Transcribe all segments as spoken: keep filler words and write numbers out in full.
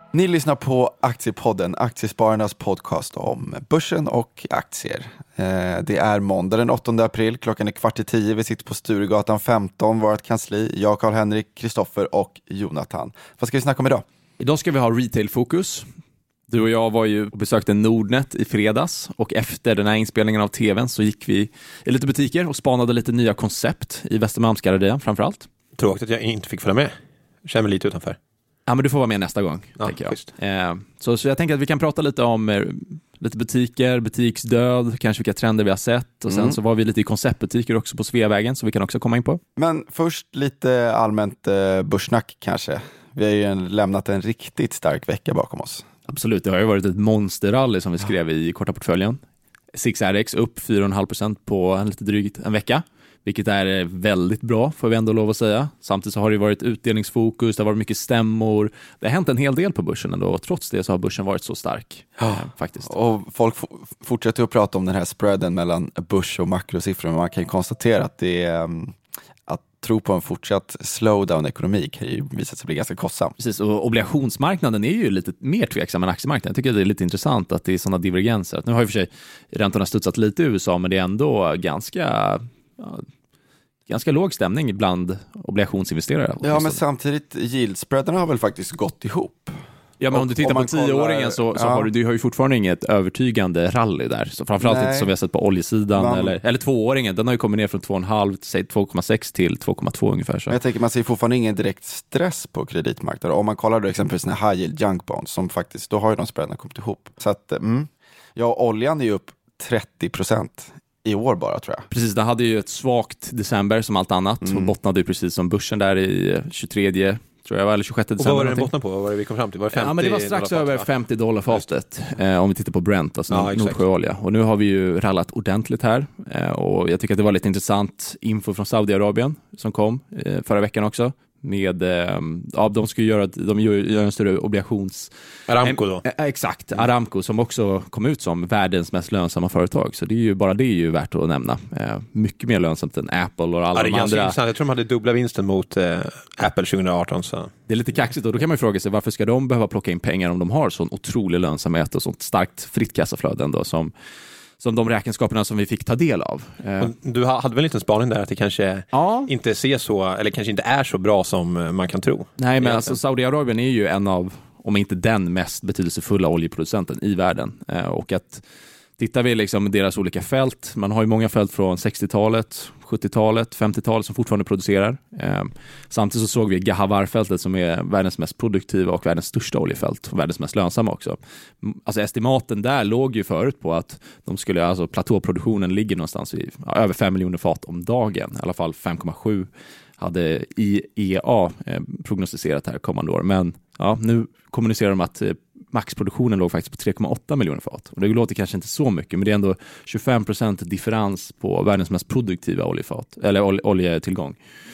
Ni lyssnar på Aktiepodden, Aktiespararnas podcast om börsen och aktier. Det är måndag den åttonde april, klockan är kvart i tio. Vi sitter på Sturegatan femton, vårt kansli. Jag, Karl-Henrik, Kristoffer och Jonathan. Vad ska vi snacka om idag? Idag ska vi ha retail-fokus. Du och jag var ju och besökte Nordnet i fredags och efter den här inspelningen av tvn så gick vi i lite butiker och spanade lite nya koncept i Västermalmsgallerian framförallt. Tråkigt att jag inte fick följa med. Jag känner mig lite utanför. Ja, men du får vara med nästa gång, ja, tänker jag. Eh, så, så jag tänker att vi kan prata lite om eh, lite butiker, butiksdöd, kanske vilka trender vi har sett. Och sen mm. så var vi lite i konceptbutiker också på Sveavägen, så vi kan också komma in på. Men först lite allmänt eh, börssnack kanske. Vi har ju en, lämnat en riktigt stark vecka bakom oss. Absolut, det har ju varit ett monsterrally som vi skrev i korta portföljen. sex R X upp fyra komma fem procent på en lite drygt en vecka. Vilket är väldigt bra, får vi ändå lov att säga. Samtidigt så har det varit utdelningsfokus, det har varit mycket stämmor. Det har hänt en hel del på börsen ändå, och trots det så har börsen varit så stark. Ja, eh, faktiskt. Och folk f- fortsätter att prata om den här spreaden mellan börs- och makrosiffror, men man kan konstatera att det är... Um, att tro på en fortsatt slowdown-ekonomi kan ju visa sig bli ganska kostsam. Precis, och obligationsmarknaden är ju lite mer tveksam än aktiemarknaden. Jag tycker det är lite intressant att det är sådana divergenser. Nu har ju för sig räntorna studsat lite i U S A, men det är ändå ganska... Ja, ganska låg stämning bland obligationsinvesterare. Ja, men samtidigt, yield-spreadarna har väl faktiskt gått ihop. Ja, men om, om du tittar om på tioåringen så, så ja. har du, du har ju fortfarande inget övertygande rally där. Så framförallt Nej. inte som vi har sett på oljesidan. Man... Eller, eller tvååringen, den har ju kommit ner från två komma fem till två komma sex till två komma två ungefär. Så. Jag tänker man ser fortfarande ingen direkt stress på kreditmarknaden. Om man kollar då exempelvis den här high yield junk bonds som faktiskt, då har ju de spreadarna kommit ihop. Så att, mm, ja, oljan är ju upp trettio procent i år bara, tror jag. Precis, den hade ju ett svagt december som allt annat mm. och bottnade ju precis som börsen där i tjugotredje tror jag, eller tjugosjätte december. Och vad var det bottnade på? Vad var det vi kom fram till? Var det femtio? Ja, men det var strax över femtio dollar fatet eh, om vi tittar på Brent, alltså ja, Nordsjöolja. Och nu har vi ju rallat ordentligt här eh, och jag tycker att det var lite intressant info från Saudiarabien som kom eh, förra veckan också. Med, ja, de ska ju göra, de gör en större obligations... Aramco då? Eh, exakt, Aramco som också kom ut som världens mest lönsamma företag. Så det är ju, bara det är ju värt att nämna. Eh, mycket mer lönsamt än Apple och alla ja, de andra. Jag tror de hade dubbla vinsten mot eh, Apple tjugoarton. Så. Det är lite kaxigt och då kan man ju fråga sig varför ska de behöva plocka in pengar om de har sån otrolig lönsamhet och sånt starkt fritt kassaflöde ändå som... som de räkenskaperna som vi fick ta del av. Du hade väl en liten spaning där att det kanske ja. inte ser så, eller kanske inte är så bra som man kan tro. Nej, men alltså Saudiarabien är ju en av, om inte den mest betydelsefulla oljeproducenten i världen. Och att tittar vi liksom deras olika fält, man har ju många fält från sextiotalet, sjuttiotalet, femtiotalet som fortfarande producerar. Eh, samtidigt så såg vi Gahawar-fältet som är världens mest produktiva och världens största oljefält och världens mest lönsamma också. Alltså estimaten där låg ju förut på att de skulle, alltså platåproduktionen ligger någonstans i ja, över fem miljoner fat om dagen, i alla fall fem komma sju hade I E A eh, prognostiserat här kommande år. Men ja, nu kommunicerar de att eh, maxproduktionen låg faktiskt på tre komma åtta miljoner fat. Och det låter kanske inte så mycket, men det är ändå tjugofem procent differens på världens mest produktiva oljefat, eller ol- oljetillgång.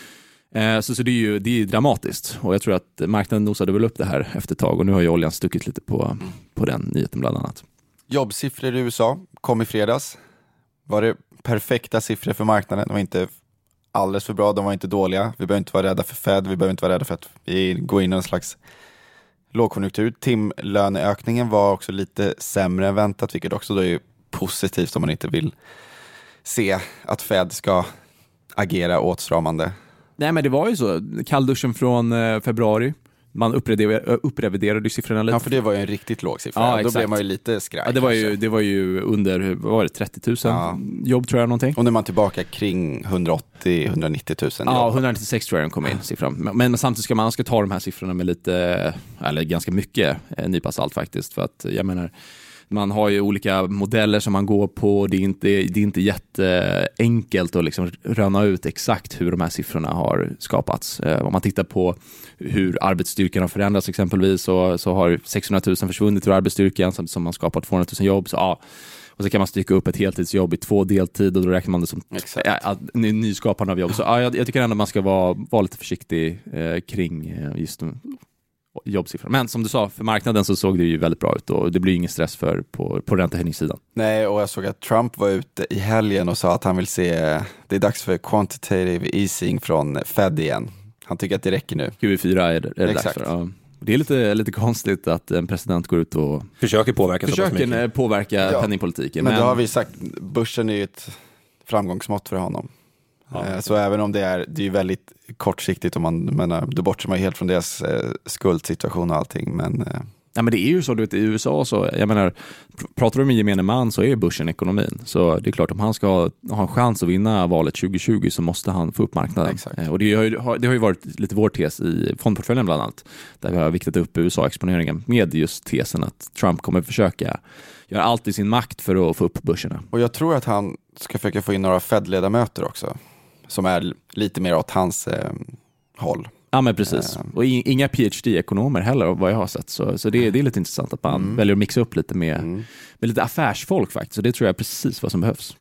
Eh, så så det, är ju, det är ju dramatiskt. Och jag tror att marknaden nosade väl upp det här efter ett tag. Och nu har ju oljan stuckit lite på, på den nyheten bland annat. Jobbsiffror i U S A kom i fredags. Var det perfekta siffror för marknaden? De var inte alldeles för bra, de var inte dåliga. Vi behöver inte vara rädda för Fed, vi behöver inte vara rädda för att vi går in i en slags lågkonjunktur. Timlöneökningen var också lite sämre än väntat, vilket också då är positivt om man inte vill se att Fed ska agera åtstramande. Nej, men det var ju så. Kallduschen från eh, februari. Man uppreviderade, uppreviderade siffrorna lite. Ja, för det var ju en riktigt låg siffra. Ja, då exakt. blev man ju lite skraj. Ja, det var ju, det var ju under, vad var det, trettio tusen ja. jobb tror jag någonting. Och nu är man tillbaka kring hundraåttio till hundranittio tusen ja, jobb. hundranittiosex tror jag den kom in siffran. Men, men samtidigt ska man ska ta de här siffrorna med lite, eller ganska mycket eh, nypa salt faktiskt. För att jag menar, man har ju olika modeller som man går på. Det är inte, det är inte jätteenkelt att liksom röna ut exakt hur de här siffrorna har skapats. Eh, om man tittar på hur arbetsstyrkan har förändrats exempelvis så, så har sexhundratusen försvunnit ur arbetsstyrkan som, som har skapat tvåhundratusen jobb. Så, ja. Och så kan man stycka upp ett heltidsjobb i två deltid och då räknar man det som ja, nyskapande av jobb. Så ja, jag, jag tycker ändå att man ska vara, vara lite försiktig eh, kring eh, just jobbsiffror. Men som du sa, för marknaden så såg det ju väldigt bra ut och det blir ingen stress för på, på räntehöjningssidan. Nej, och jag såg att Trump var ute i helgen och sa att han vill se, det är dags för quantitative easing från Fed igen. Han tycker att det räcker nu. Q fyra är det, är det dags för. Ja. Det är lite, lite konstigt att en president går ut och Försöker påverka försöker påverka Ja. penningpolitiken. Men, Men, då har vi sagt, börsen är ju ett framgångsmått för honom. Ja. Eh, Så även om det är, det är ju väldigt kortsiktigt, om man menar, då bortser man helt från deras eh, skuldsituation och allting. Men eh, ja, men det är ju så, du vet, i U S A så, jag menar, pr- pratar du med gemene man så är börsen ekonomin. Så det är klart, om han ska ha en chans att vinna valet tjugo tjugo så måste han få upp marknaden. Exakt. Eh, Och det har, ju, har- det har ju varit lite vår tes i fondportföljen bland annat, där vi har viktat upp U S A-exponeringen med just tesen att Trump kommer försöka göra allt i sin makt för att få upp börserna. och jag tror att han ska försöka få in några Fed-ledamöter också, som är lite mer åt hans eh, håll. Ja, men precis. Och i- inga P H D-ekonomer heller, vad jag har sett. Så, så det, det är lite intressant att man Mm. väljer att mixa upp lite med, Mm. med lite affärsfolk faktiskt. Så det tror jag är precis vad som behövs.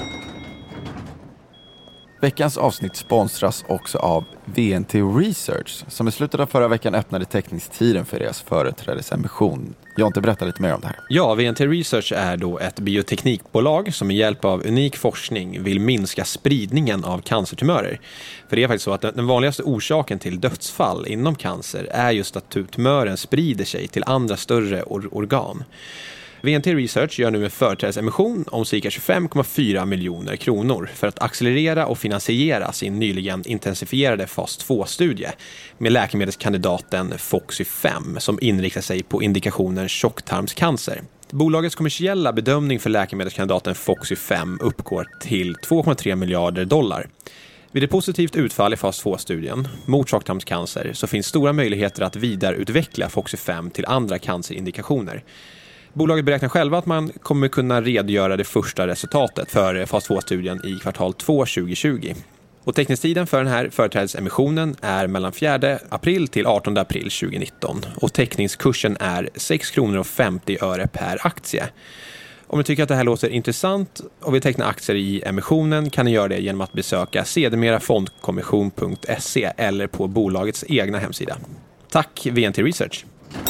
Veckans avsnitt sponsras också av V N T Research, som i slutet av förra veckan öppnade teckningstiden för deras företrädesemission. Jag har inte berättat lite mer om det här. Ja, V N T Research är då ett bioteknikbolag som med hjälp av unik forskning vill minska spridningen av cancertumörer. För det är faktiskt så att den vanligaste orsaken till dödsfall inom cancer är just att tumören sprider sig till andra större or- organ. V N T Research gör nu en företrädesemission om cirka tjugofem komma fyra miljoner kronor för att accelerera och finansiera sin nyligen intensifierade fas två-studie med läkemedelskandidaten Foxy fem som inriktar sig på indikationen tjocktarmscancer. Bolagets kommersiella bedömning för läkemedelskandidaten Foxy fem uppgår till två komma tre miljarder dollar. Vid ett positivt utfall i fas två-studien mot tjocktarmscancer så finns stora möjligheter att vidareutveckla Foxy fem till andra cancerindikationer. Bolaget beräknar själva att man kommer kunna redogöra det första resultatet för fas två-studien i kvartal två tjugo tjugo. Och teckningstiden för den här företrädesemissionen är mellan fjärde april till artonde april tjugonitton. Och teckningskursen är sex kronor och femtio öre per aktie. Om ni tycker att det här låter intressant och vill teckna aktier i emissionen kan ni göra det genom att besöka sedermera fondkommission punkt se eller på bolagets egna hemsida. Tack V N T Research!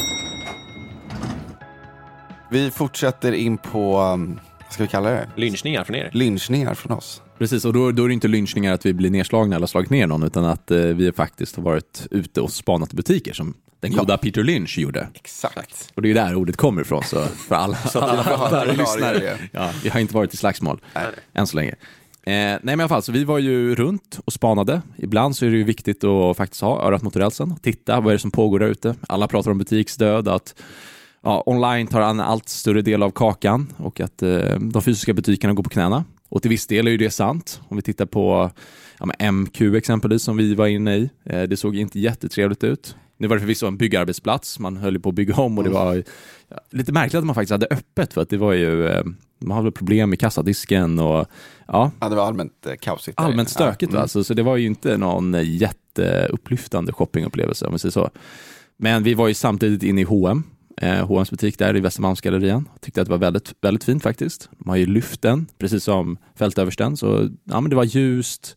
Vi fortsätter in på, um, vad ska vi kalla det? Lynchningar från er. Lynchningar från oss. Precis, och då, då är det inte lynchningar att vi blir nedslagna eller slagit ner någon, utan att eh, vi faktiskt har varit ute och spanat i butiker som den goda Ja. Peter Lynch gjorde. Exakt. Och det är ju där ordet kommer ifrån, så för alla, Så att alla får höra alla och lyssnare. klargöra det. Ja, vi har inte varit i slagsmål Nej. än så länge. Eh, nej men i alla fall, så vi var ju runt och spanade. Ibland så är det ju viktigt att faktiskt ha örat mot rälsen och titta vad är det som pågår där ute. Alla pratar om butiksdöd, att ja, online tar en allt större del av kakan och att eh, de fysiska butikerna går på knäna. Och till viss del är ju det sant. Om vi tittar på ja, men M Q exempelvis som vi var inne i. Eh, det såg inte jättetrevligt ut. Nu var det förvisso en byggarbetsplats. Man höll på att bygga om och det var ja, lite märkligt att man faktiskt hade öppet, för att det var ju, eh, man hade problem med kassadisken och ja, Ja, det var allmänt eh, kaosigt. där. allmänt stökigt. Ja. Va? Så, så det var ju inte någon jätteupplyftande shoppingupplevelse om vi säger så. Men vi var ju samtidigt inne i H och M. Eh, H och M's butik där i Västermalmsgallerian. Tyckte att det var väldigt, väldigt fint faktiskt. De har ju lyft den, precis som fältöversten. Så ja, men det var ljust.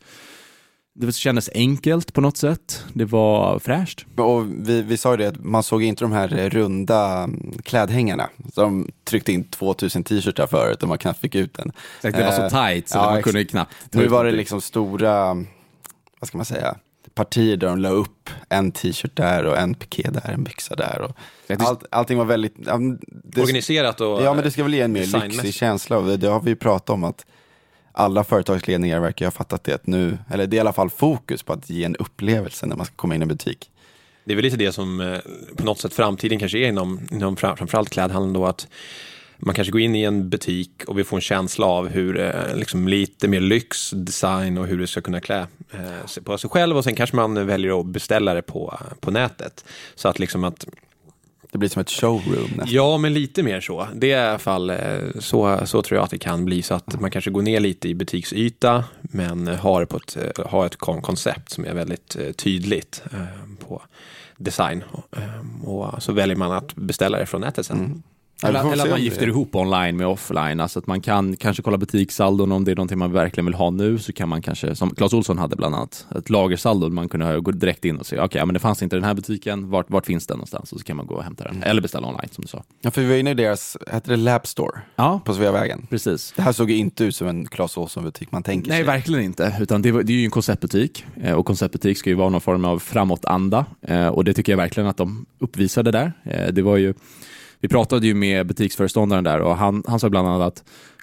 Det kändes enkelt på något sätt. Det var fräscht. Och vi, vi sa ju det att man såg inte de här eh, runda mm, klädhängarna. Så de tryckte in tvåtusen t-shirtar förut och man knappt fick ut den. Exakt, det var så Eh, tight så ja, man ex- kunde knappt ta Nu ut var det någonting. liksom stora, vad ska man säga, partier där de la upp en t-shirt där och en piké där, en byxa där. Och Faktiskt- allt, allting var väldigt... Ja, men det, Organiserat och ja, men det ska väl ge en mer designmässigt. lyxig känsla. Och det, det har vi ju pratat om, att alla företagsledningar verkar ha fattat det att nu, eller det är i alla fall fokus på att ge en upplevelse när man ska komma in i en butik. Det är väl lite det som eh, på något sätt framtiden kanske är inom, inom fram- framförallt klädhandeln då, att man kanske går in i en butik och vi får en känsla av hur eh, liksom lite mer lyx, design och hur du ska kunna klä eh, sig på sig själv, och sen kanske man väljer att beställa det på, på nätet. Så att liksom att Det blir som ett showroom nästan. ja, men lite mer så. Det är i alla fall eh, så, så tror jag att det kan bli, så att man kanske går ner lite i butiksyta men har, på ett, eh, har ett kon- koncept som är väldigt eh, tydligt eh, på design. Eh, och så väljer man att beställa det från nätet sen. Mm. Eller, Ja, eller att man det. gifter ihop online med offline. Alltså att man kan kanske kolla butikssaldon om det är någonting man verkligen vill ha nu, så kan man kanske, som Clas Ohlson hade bland annat, ett lagersaldo man kunde gå direkt in och se, okej, okay, men det fanns inte i den här butiken, vart, vart finns den någonstans? Och så kan man gå och hämta den. Mm. Eller beställa online som du sa. Ja, för vi var inne i deras, hette det Lab Store? Ja. På Sveavägen. Precis. Det här såg ju inte ut som en Clas Ohlson-butik man tänker Nej, sig. verkligen inte. Utan det, var, det är ju en konceptbutik. Och konceptbutik ska ju vara någon form av framåtanda. Och det tycker jag verkligen att de uppvisade där. Det var ju Vi pratade ju med butiksföreståndaren där och han, han sa bland annat att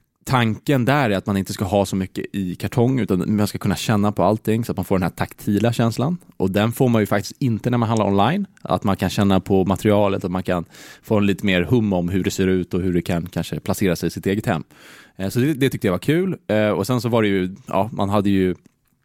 tanken där är att man inte ska ha så mycket i kartong utan man ska kunna känna på allting så att man får den här taktila känslan. Och den får man ju faktiskt inte när man handlar online. Att man kan känna på materialet, att man kan få en lite mer hum om hur det ser ut och hur det kan kanske placera sig i sitt eget hem. Så det, det tyckte jag var kul. Och sen så var det ju, ja, man hade ju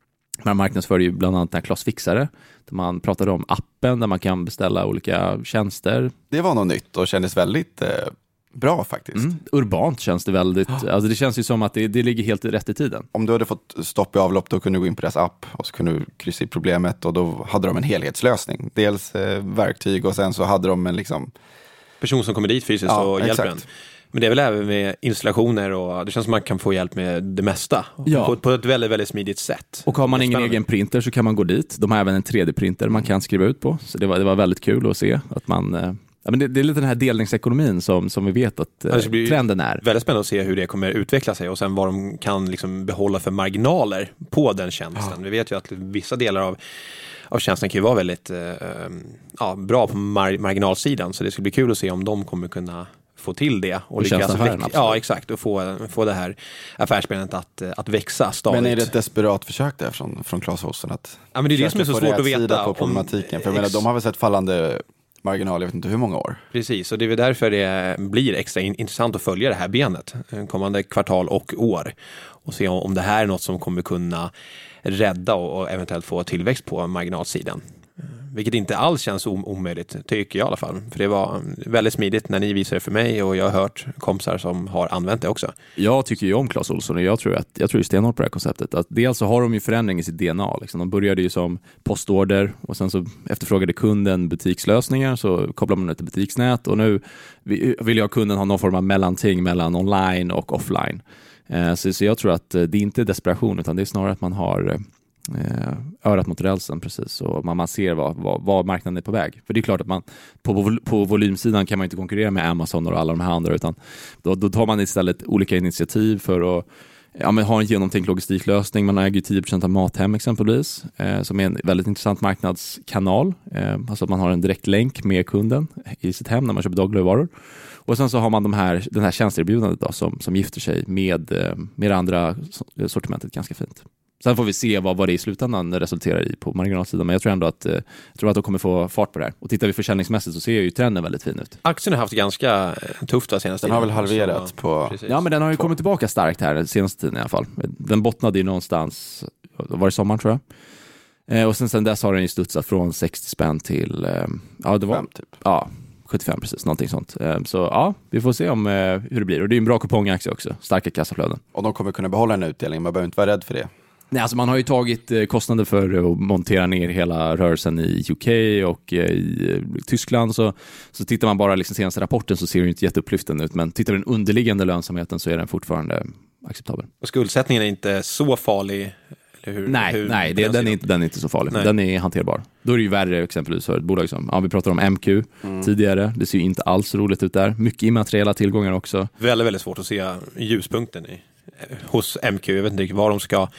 man marknadsförde ju bland annat den här Clas Fixare. Där man pratade om appen där man kan beställa olika tjänster. Det var något nytt och kändes väldigt eh, bra faktiskt. Mm. Urbant känns det väldigt. Oh. Alltså det känns ju som att det, det ligger helt rätt i tiden. Om du hade fått stopp i avlopp då kunde du gå in på deras app och så kunde du kryssa i problemet och då hade de en helhetslösning. Dels eh, verktyg och sen så hade de en liksom... person som kommer dit fysiskt ja, och hjälper en. Men det är väl även med installationer och det känns som man kan få hjälp med det mesta. Ja. På, på ett väldigt, väldigt smidigt sätt. Och har man ingen egen printer så kan man gå dit. De har även en tre D-printer man kan skriva ut på. Så det var, det var väldigt kul att se att man... Ja, men det, det är lite den här delningsekonomin som, som vi vet att eh, trenden är. Väldigt spännande att se hur det kommer utveckla sig och sen vad de kan liksom behålla för marginaler på den tjänsten. Ja. Vi vet ju att vissa delar av av tjänsten kan ju vara väldigt eh, ja, bra på mar- marginalsidan. Så det ska bli kul att se om de kommer kunna få till det och lyckas växa. Ja, exakt, och få, få det här affärsbenet att, att växa stadigt. Men är det ett desperat försök där från, från Clas Ohlson att ja, men det är det som är så svårt att veta på problematiken? Om, för jag menar, de har väl sett fallande marginal, jag vet inte hur många år. Precis, och det är väl därför det blir extra in- intressant att följa det här benet kommande kvartal och år och se om, om det här är något som kommer kunna rädda och, och eventuellt få tillväxt på marginalsidan. Vilket inte alls känns om- omöjligt, tycker jag i alla fall. För det var väldigt smidigt när ni visade det för mig och jag har hört kompisar som har använt det också. Jag tycker ju om Clas Ohlson och jag tror att jag tror ju stenhårt på det här konceptet. Att dels så har de ju förändring i sitt D N A. Liksom. De började ju som postorder och sen så efterfrågade kunden butikslösningar så kopplade man ut till butiksnät och nu vill jag kunden ha någon form av mellanting mellan online och offline. Så, så jag tror att det är inte desperation utan det är snarare att man har örat mot rälsen precis och man, man ser vad, vad, vad marknaden är på väg. För det är klart att man på, på volymsidan kan man inte konkurrera med Amazon och alla de här andra utan då, då tar man istället olika initiativ för att ja, men ha en genomtänkt logistiklösning. Man äger tio procent av Mathem exempelvis eh, som är en väldigt intressant marknadskanal. Eh, alltså att man har en direkt länk med kunden i sitt hem när man köper dagligvaror. Och sen så har man de här, den här tjänsteerbjudandet då, som, som gifter sig med, med det andra sortimentet ganska fint. Sen får vi se vad, vad det i slutändan resulterar i på marginalsidan. Men jag tror ändå att, jag tror att de kommer få fart på det här. Och tittar vi försäljningsmässigt så ser ju trenden väldigt fin ut. Aktien har haft ganska tufft den senaste tiden. Den har väl halverat så, på... Precis. Ja, men den har ju kommit tillbaka starkt här den senaste tiden i alla fall. Den bottnade ju någonstans, var det sommaren tror jag. Eh, och sen, sen dess har den ju studsat från sextio spänn till... Eh, ja, det var... fem, typ. Ja, sjuttiofem precis, någonting sånt. Eh, så ja, vi får se om eh, hur det blir. Och det är en bra kupongaktie också, starka kassaflöden. Och de kommer kunna behålla en utdelning, man behöver inte vara rädd för det. Nej, alltså man har ju tagit eh, kostnader för att montera ner hela rörelsen i U K och eh, i eh, Tyskland. Så, så tittar man bara liksom senaste rapporten så ser det inte jätteupplyftande ut. Men tittar vi den underliggande lönsamheten så är den fortfarande acceptabel. Och skuldsättningen är inte så farlig? Eller hur, nej, hur nej det, den, är inte, den är inte så farlig. Nej. Den är hanterbar. Då är det ju värre exempelvis för ett bolag som, ja, vi pratar om M Q mm. tidigare. Det ser ju inte alls roligt ut där. Mycket immateriella tillgångar också. Väldigt, väldigt svårt att se ljuspunkten i, hos M Q. Jag vet inte vad de ska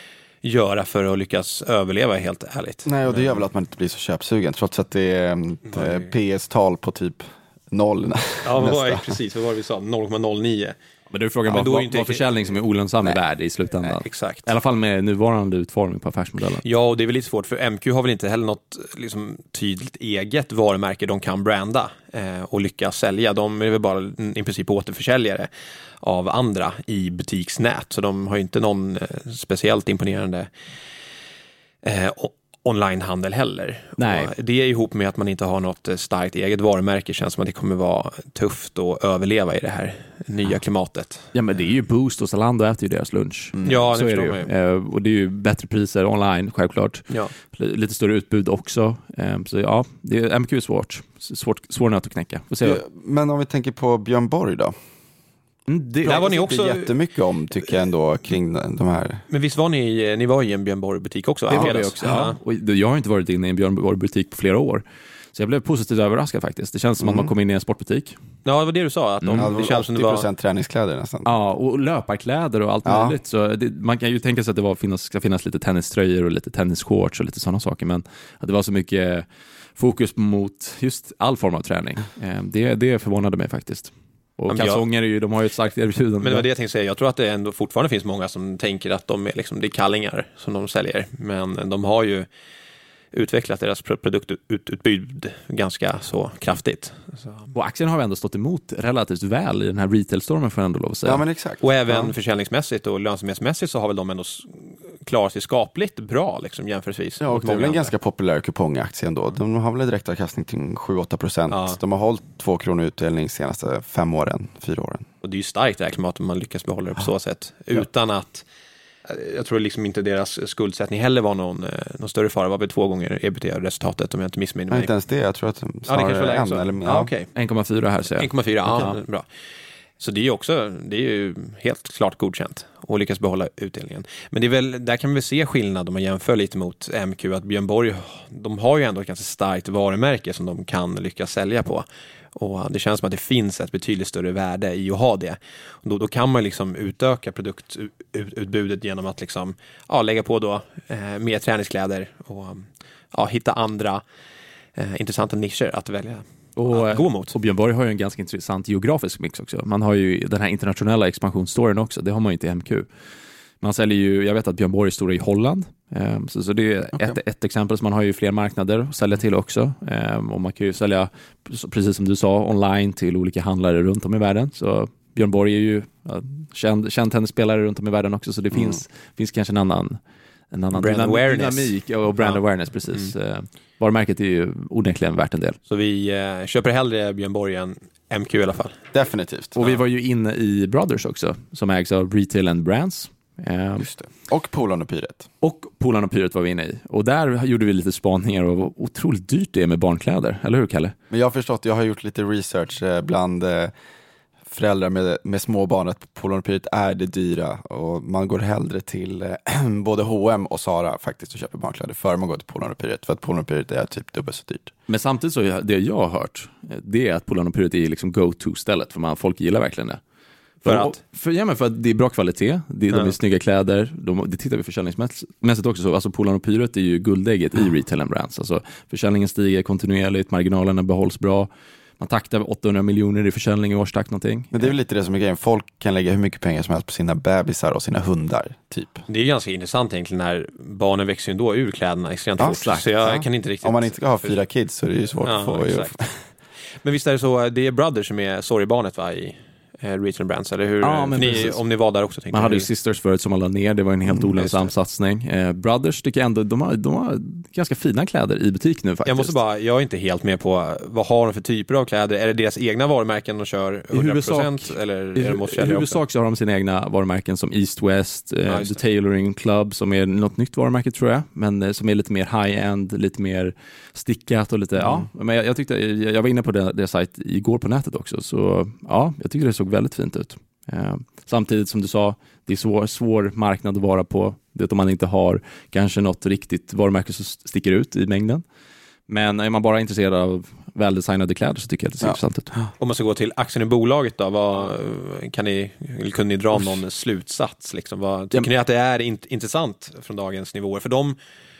göra för att lyckas överleva, helt ärligt. Nej, och det gör väl att man inte blir så köpsugen trots att det är ett P S-tal på typ noll. Ja, vad var det, precis, vad var det vi sa? noll komma noll nio. Men det är frågan ja, bara vad, vad försäljning som är olönsam i värde i slutändan. Nej, exakt. I alla fall med nuvarande utformning på affärsmodellen. Ja, och det är väl lite svårt för M Q har väl inte heller något liksom, tydligt eget varumärke de kan branda eh, och lyckas sälja. De är väl bara i princip återförsäljare av andra i butiksnät. Så de har ju inte någon eh, speciellt imponerande eh, onlinehandel heller. Nej. Och det är ihop med att man inte har något starkt eget varumärke, känns som att det kommer vara tufft att överleva i det här nya klimatet. Ja, men det är ju Boost och Zalando äter ju deras lunch. Mm. Ja, så det är det ju. ju. Eh, och det är ju bättre priser online, självklart. Ja. L- lite större utbud också. Eh, så ja, det är, M Q är svårt. svårt svår nöt att knäcka. Får se. Ja, men om vi tänker på Björn Borg då. Mm, det, Där var ni också också... jättemycket om, tycker jag ändå, kring de här. Men visst var ni, ni var i en Björn Borg-butik också? det Ja, var vi också. Ja. Och jag har inte varit inne i en Björn Borg-butik på flera år. Så jag blev positivt överraskad faktiskt. Det känns som Mm. att man kom in i en sportbutik. Ja, det var det du sa. Att de, Ja, det känns som det åttio procent var... träningskläder nästan. Ja, och löparkläder och allt Ja. möjligt. Så det, man kan ju tänka sig att det var, finnas, ska finnas lite tenniströjor och lite tennisshorts och lite sådana saker. Men att det var så mycket fokus mot just all form av träning. Eh, det, det förvånade mig faktiskt. Och Men jag- kalsonger är ju, de har ju ett starkt erbjudande. Men det var det jag tänkte säga. Jag tror att det ändå fortfarande finns många som tänker att de är liksom, det är kallingar som de säljer. Men de har ju utvecklat deras pro- produktutbud ganska så kraftigt. Så. Och aktien har ändå stått emot relativt väl i den här retail-stormen, får jag ändå lov att säga. Ja, men exakt. Och även ja. försäljningsmässigt och lönsamhetsmässigt så har väl de ändå s- klarat sig skapligt bra liksom, jämförvis. Ja, och mot det är väl många en andra. ganska populär kupongaktie ändå. De har väl en direktavkastning till sju åtta procent. Ja. De har hållit två kronor utdelning de senaste fem åren, fyra åren. Och det är ju starkt det här klimatet om man lyckas behålla det på så sätt. Utan att, jag tror liksom inte deras skuldsättning heller var någon, någon större fara. Det var väl två gånger ebitda-resultatet om jag inte missminner Nej, mig. inte ens det. Jag tror att Ja, det snarare kanske var lägre en så. eller Ja, ja. okej. en komma fyra här säger en jag. komma fyra, ja, Okej. bra. Så det är ju också, det är ju helt klart godkänt och lyckas behålla utdelningen. Men det är väl, där kan vi väl se skillnad om man jämför lite mot M Q, att Björn Borg, de har ju ändå ett ganska starkt varumärke som de kan lyckas sälja på. Och det känns som att det finns ett betydligt större värde i att ha det. Och då, då kan man liksom utöka produktutbudet genom att liksom, ja, lägga på då, eh, mer träningskläder och ja, hitta andra eh, intressanta nischer att välja. Och, att gå mot. och Björn Borg har ju en ganska intressant geografisk mix också. Man har ju den här internationella expansionsstoryn också. Det har man ju inte i M Q. Man säljer ju, jag vet att Björn Borg är stora i Holland. Um, så, så det är Okay. ett, ett exempel. Så man har ju fler marknader att sälja till också. Um, och man kan ju sälja, precis som du sa, online till olika handlare runt om i världen. Så Björn Borg är ju ja, känd, känd tennisspelare runt om i världen också. Så det Mm. finns, finns kanske en annan, en annan Brand dynam- awareness. dynamik och brand Ja. awareness, precis. Mm. Uh, varumärket är ju onekligen värt en del. Så vi eh, köper hellre Björn Borg än M Q i alla fall. Definitivt. Och vi var ju inne i Brothers också, som ägs av Retail and Brands. Eh, Just det. Och Polarn och Pyret. och Polarn och Pyret var vi inne i. Och där gjorde vi lite spaningar och vad otroligt dyrt det är med barnkläder. Eller hur, Kalle? Men jag har förstått, jag har gjort lite research eh, bland eh, föräldrar med, med små barn att Polarn och Pyret är det dyra. Och man går hellre till eh, både H och M och Zara faktiskt och köper barnkläder för man går till Polarn och Pyret. För att Polarn och Pyret är typ dubbelt så dyrt. Men samtidigt så är det jag har hört, det är att Polarn och Pyret är liksom go-to-stället. För man, folk gillar verkligen det. För Och- att? För, ja, men för att det är bra kvalitet, det, de är Ja. snygga kläder, de, det tittar vi försäljningsmässigt också. Så, alltså Polarn och Pyret är ju guldägget i Retail and Brands. Alltså, försäljningen stiger kontinuerligt, marginalerna behålls bra. Man taktar åttahundra miljoner i försäljning i årstakt någonting. Men det är väl lite det som är grejen. Folk kan lägga hur mycket pengar som helst på sina bebisar och sina hundar, typ. Det är ganska intressant egentligen när barnen växer ju då ur kläderna extremt Ja, fort. exakt. Så jag Ja. kan inte riktigt... Om man inte ska ha fyra kids så är det ju svårt Ja, att få. exakt. Men visst är det så, det är Brothers som är sorgbarnet va, i eh, Retail Brands, eller hur? Ja, men ni, precis. om ni var där också. tänkte Man jag. hade ju Sisters förut som man la ner, det var en helt Mm, olönsam just det. satsning. Eh, Brothers tycker jag ändå, de har, de har ganska fina kläder i butik nu faktiskt. Jag måste bara, jag är inte helt med på vad har de för typer av kläder? Är det deras egna varumärken de kör hundra procent? huvudsak- eller I, är de mot I försäljare också? huvudsak så har de sina egna varumärken som East West, eh, Ja, just The Tailoring Club som är något nytt varumärke tror jag, men eh, som är lite mer high-end, lite mer stickat och lite, Mm. ja. Men jag, jag tyckte, jag, jag var inne på det, det sajt igår på nätet också, så ja, jag tycker det såg väldigt fint ut. Eh, samtidigt som du sa, det är svår, svår marknad att vara på, det att om man inte har kanske något riktigt varumärke som sticker ut i mängden. Men är man bara intresserad av väldesignade kläder så tycker jag att det ser Ja. intressant ut. Om man ska gå till aktien i bolaget då, vad, kan ni, eller kunde ni dra någon slutsats? Liksom? Vad, tycker Ja. ni att det är int- intressant från dagens nivåer? För de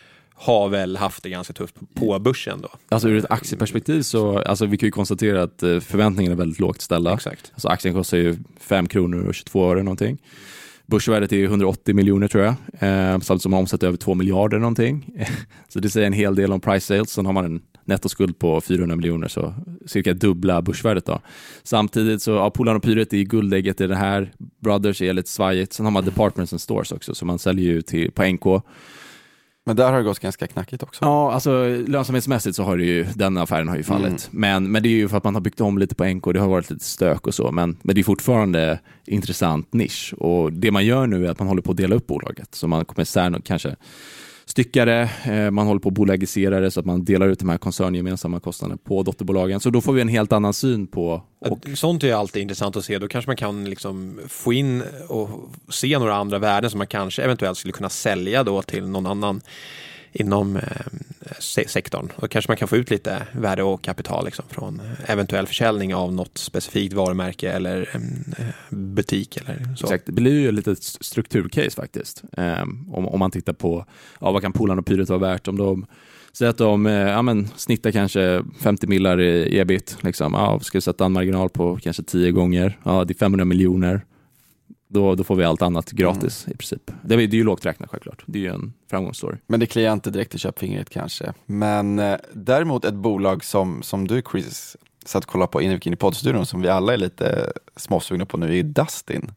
har väl haft det ganska tufft på börsen då? Alltså ur ett aktieperspektiv så, alltså vi kan ju konstatera att eh, förväntningarna är väldigt lågt ställda. Exakt. Alltså aktien kostar ju fem kronor och tjugotvå öre någonting. Börsvärdet är ju hundraåttio miljoner tror jag. Eh, samtidigt som har omsatt över två miljarder någonting. Så det säger en hel del om price sales. Sen har man en nettoskuld på fyrahundra miljoner, så cirka dubbla börsvärdet då. Samtidigt så, ja, Polarn och Pyret är guldägget i det här. Brothers är lite svajigt. Sen har man Departments and Stores också, så man säljer ju till, på N K. Men där har det gått ganska knackigt också. Ja, alltså lönsamhetsmässigt så har det ju, den affären har ju fallit. Mm. Men, men det är ju för att man har byggt om lite på N K, det har varit lite stök och så. Men, men det är fortfarande intressant nisch. Och det man gör nu är att man håller på att dela upp bolaget. Så man kommer isär kanske styckare, eh, man håller på att bolagisera det så att man delar ut de här koncerngemensamma kostnaderna på dotterbolagen. Så då får vi en helt annan syn på... Och... Sånt är alltid intressant att se. Då kanske man kan liksom få in och se några andra värden som man kanske eventuellt skulle kunna sälja då till någon annan inom eh, sektorn. Och kanske man kan få ut lite värde och kapital liksom, från eventuell försäljning av något specifikt varumärke eller eh, butik eller så. Exakt, det blir ju lite strukturcase faktiskt. Eh, om, om man tittar på ja, vad kan Polarn och Pyret vara värt om de säger att de eh, ja, men, snittar kanske femtio millar i ebit. Liksom. Ja, ska vi sätta en marginal på kanske tio gånger. Ja, det är femhundra miljoner. Då, då får vi allt annat gratis mm. i princip. Det är, det är ju lågt räknat självklart. Det är ju en framgångsstory. Men det kliar inte direkt i köpfingret kanske. Men eh, däremot ett bolag som, som du Chris satt och kollade på innan vi gick in i poddstudion som vi alla är lite småsugna på nu är ju Dustin.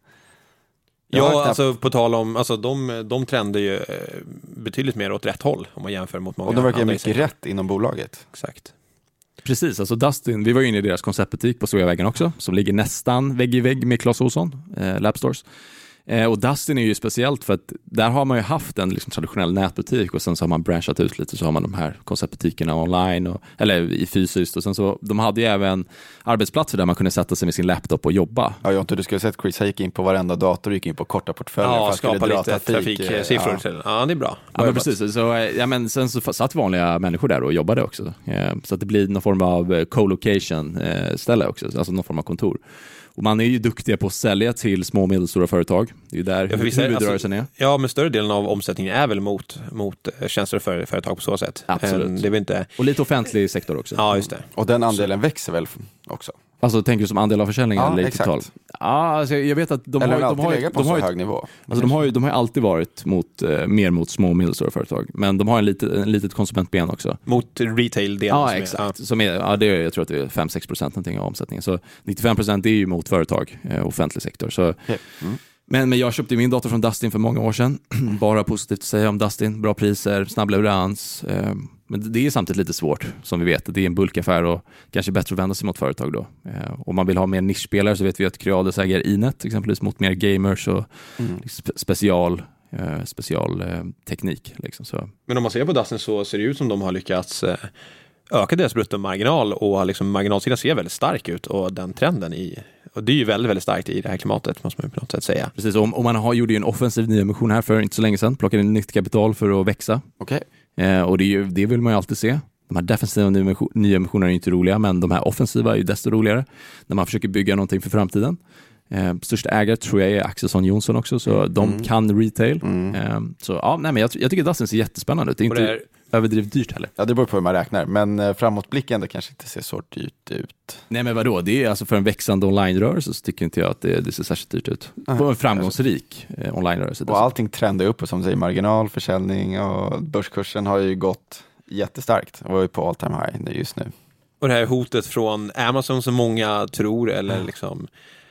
Ja, knappt... alltså på tal om, alltså de, de trender ju betydligt mer åt rätt håll om man jämför mot många. Och de verkar andra mycket rätt inom bolaget. Exakt. Precis, alltså Dustin, vi var inne i deras konceptbutik på Sveavägen också, som ligger nästan vägg i vägg med Clas Ohlson, eh, Labstores. Eh, och Dustin är ju speciellt för att där har man ju haft en liksom, traditionell nätbutik och sen så har man branchat ut lite, så har man de här konceptbutikerna online, och, eller i fysiskt, och sen så, de hade ju även arbetsplatser där man kunde sätta sig med sin laptop och jobba. Ja, jag inte du skulle ha sett Chris, han gick in på varenda dator och gick in på korta portföljer ja, för att skapa dra lite trafik, trafiksiffror ja. till. Ja, det är bra. Ja, men precis. Så, ja, men sen så satt vanliga människor där och jobbade också. Eh, så att det blir någon form av co-location eh, ställe också, alltså någon form av kontor. Och man är ju duktiga på att sälja till små och medelstora företag. Det är ju där ja, huvudrörelsen är. Alltså, ja, men större delen av omsättningen är väl mot, mot tjänster för företag på så sätt. Absolut. Det är inte... Och lite offentlig sektor också. Ja, just det. Och den andelen växer väl också? Alltså tänker du som andel av försäljningen ja, eller exakt. total? Ja, alltså, jag vet att de eller har, de de har, legat på de har, så hög nivå. Alltså, de har ju de har alltid varit mot, eh, mer mot små och medelstora företag. Men de har en, lite, en litet konsumentben också. Mot retail-delen? Ja, som exakt. Är, ja. Som är, ja, det är, jag tror att det är fem till sex procent någonting av omsättningen. Så nittiofem procent är ju mot företag, eh, offentlig sektor. Så, okay. mm. men, men jag köpte min dator från Dustin för många år sedan. Bara positivt att säga om Dustin. Bra priser, snabb leverans. Eh, Men det är samtidigt lite svårt, som vi vet. Det är en bulkaffär och kanske bättre att vända sig mot företag då. Eh, om man vill ha mer nischspelare så vet vi att Creades äger Inet exempelvis mot mer gamers och mm. spe- special, eh, special eh, teknik. Liksom, så. Men om man ser på Dustin så ser det ut som de har lyckats eh, öka deras bruttomarginal och liksom, marginalsidan ser väldigt stark ut och den trenden i... Och det är ju väldigt, väldigt starkt i det här klimatet, måste man på något sätt säga. Precis, och man har, gjorde ju en offensiv nyemission här för inte så länge sedan. Plockade in nytt kapital för att växa. Okej. Okay. Eh, och det, är ju, det vill man ju alltid se. De här defensiva nyemissionerna är ju inte roliga, men de här offensiva är ju desto roligare. När man försöker bygga någonting för framtiden. Eh, största ägare tror jag är Axelsson Johnson också, så mm. de kan retail. Mm. Eh, så ja, nej, men jag, jag tycker Dustin ser jättespännande ut. Det är inte det är... överdrivet dyrt heller. Ja, det beror på hur man räknar, men eh, framåtblickande kanske inte ser så dyrt ut. Nej, men vadå? Det är alltså för en växande online-rörelse så tycker inte jag att det, det ser särskilt dyrt ut. Mm. På en framgångsrik eh, online-rörelse. Och allting trendar upp, och som du säger, marginal, försäljning och börskursen har ju gått jättestarkt och är på all time high just nu. Och det här hotet från Amazon som många tror, eller liksom...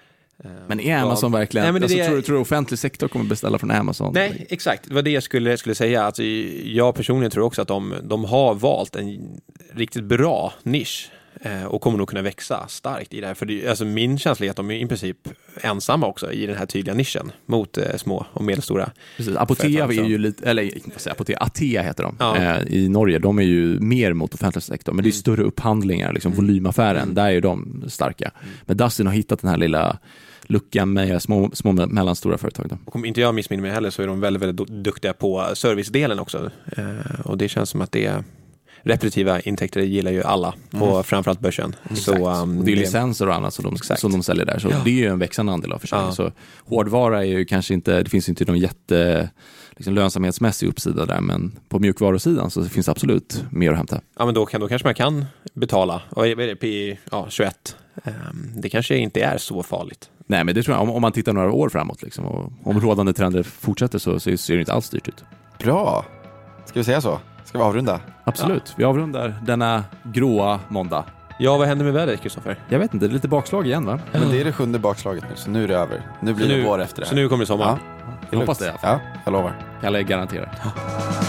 Men är Amazon ja, verkligen... Nej, men det alltså, det... Tror, tror du offentlig sektor kommer beställa från Amazon? Nej, exakt. Det var det jag skulle, skulle säga. Alltså, jag personligen tror också att de, de har valt en riktigt bra nisch eh, och kommer nog kunna växa starkt i det här. För det, alltså, min känsla är att de är i princip ensamma också i den här tydliga nischen mot eh, små och medelstora. Precis. Apotea är ju lite... Eller vad säger Apotea? Atea heter de ja. eh, i Norge. De är ju mer mot offentlig sektor. Men det är mm. större upphandlingar, liksom mm. volymaffären. Mm. Där är de starka. Mm. Men Dustin har hittat den här lilla... luckan med små, små mellanstora företag. Då. Och om inte jag missminner mig heller så är de väldigt, väldigt duktiga på servicedelen också. Eh, och det känns som att det är repetitiva intäkter gillar ju alla på mm. framförallt börsen. Mm. Så, um, och det är licenser och annat som de, som de säljer där. Så ja. Det är ju en växande andel av försäljning. Ja. Så hårdvara är ju kanske inte, det finns inte någon jätte liksom, lönsamhetsmässig uppsida där, men på mjukvarusidan så finns det absolut mer att hämta. Ja, men då, kan, då kanske man kan betala. Och är det P ja, tjugoett? Um, det kanske inte är så farligt. Nej, men det tror jag, om, om man tittar några år framåt liksom, och om rådande trender fortsätter så, så ser det inte alls dyrt ut. Bra! Ska vi säga så? Ska vi avrunda? Absolut, ja. Vi avrundar denna gråa måndag. Ja, vad händer med vädret, Kristoffer? Jag vet inte, det är lite bakslag igen va? Ja, men det är det sjunde bakslaget nu, så nu är det över. Nu blir nu, det vår efter det här. Så nu kommer det sommar? Ja. Jag hoppas det. Ja, jag lovar. Kalle garanterar.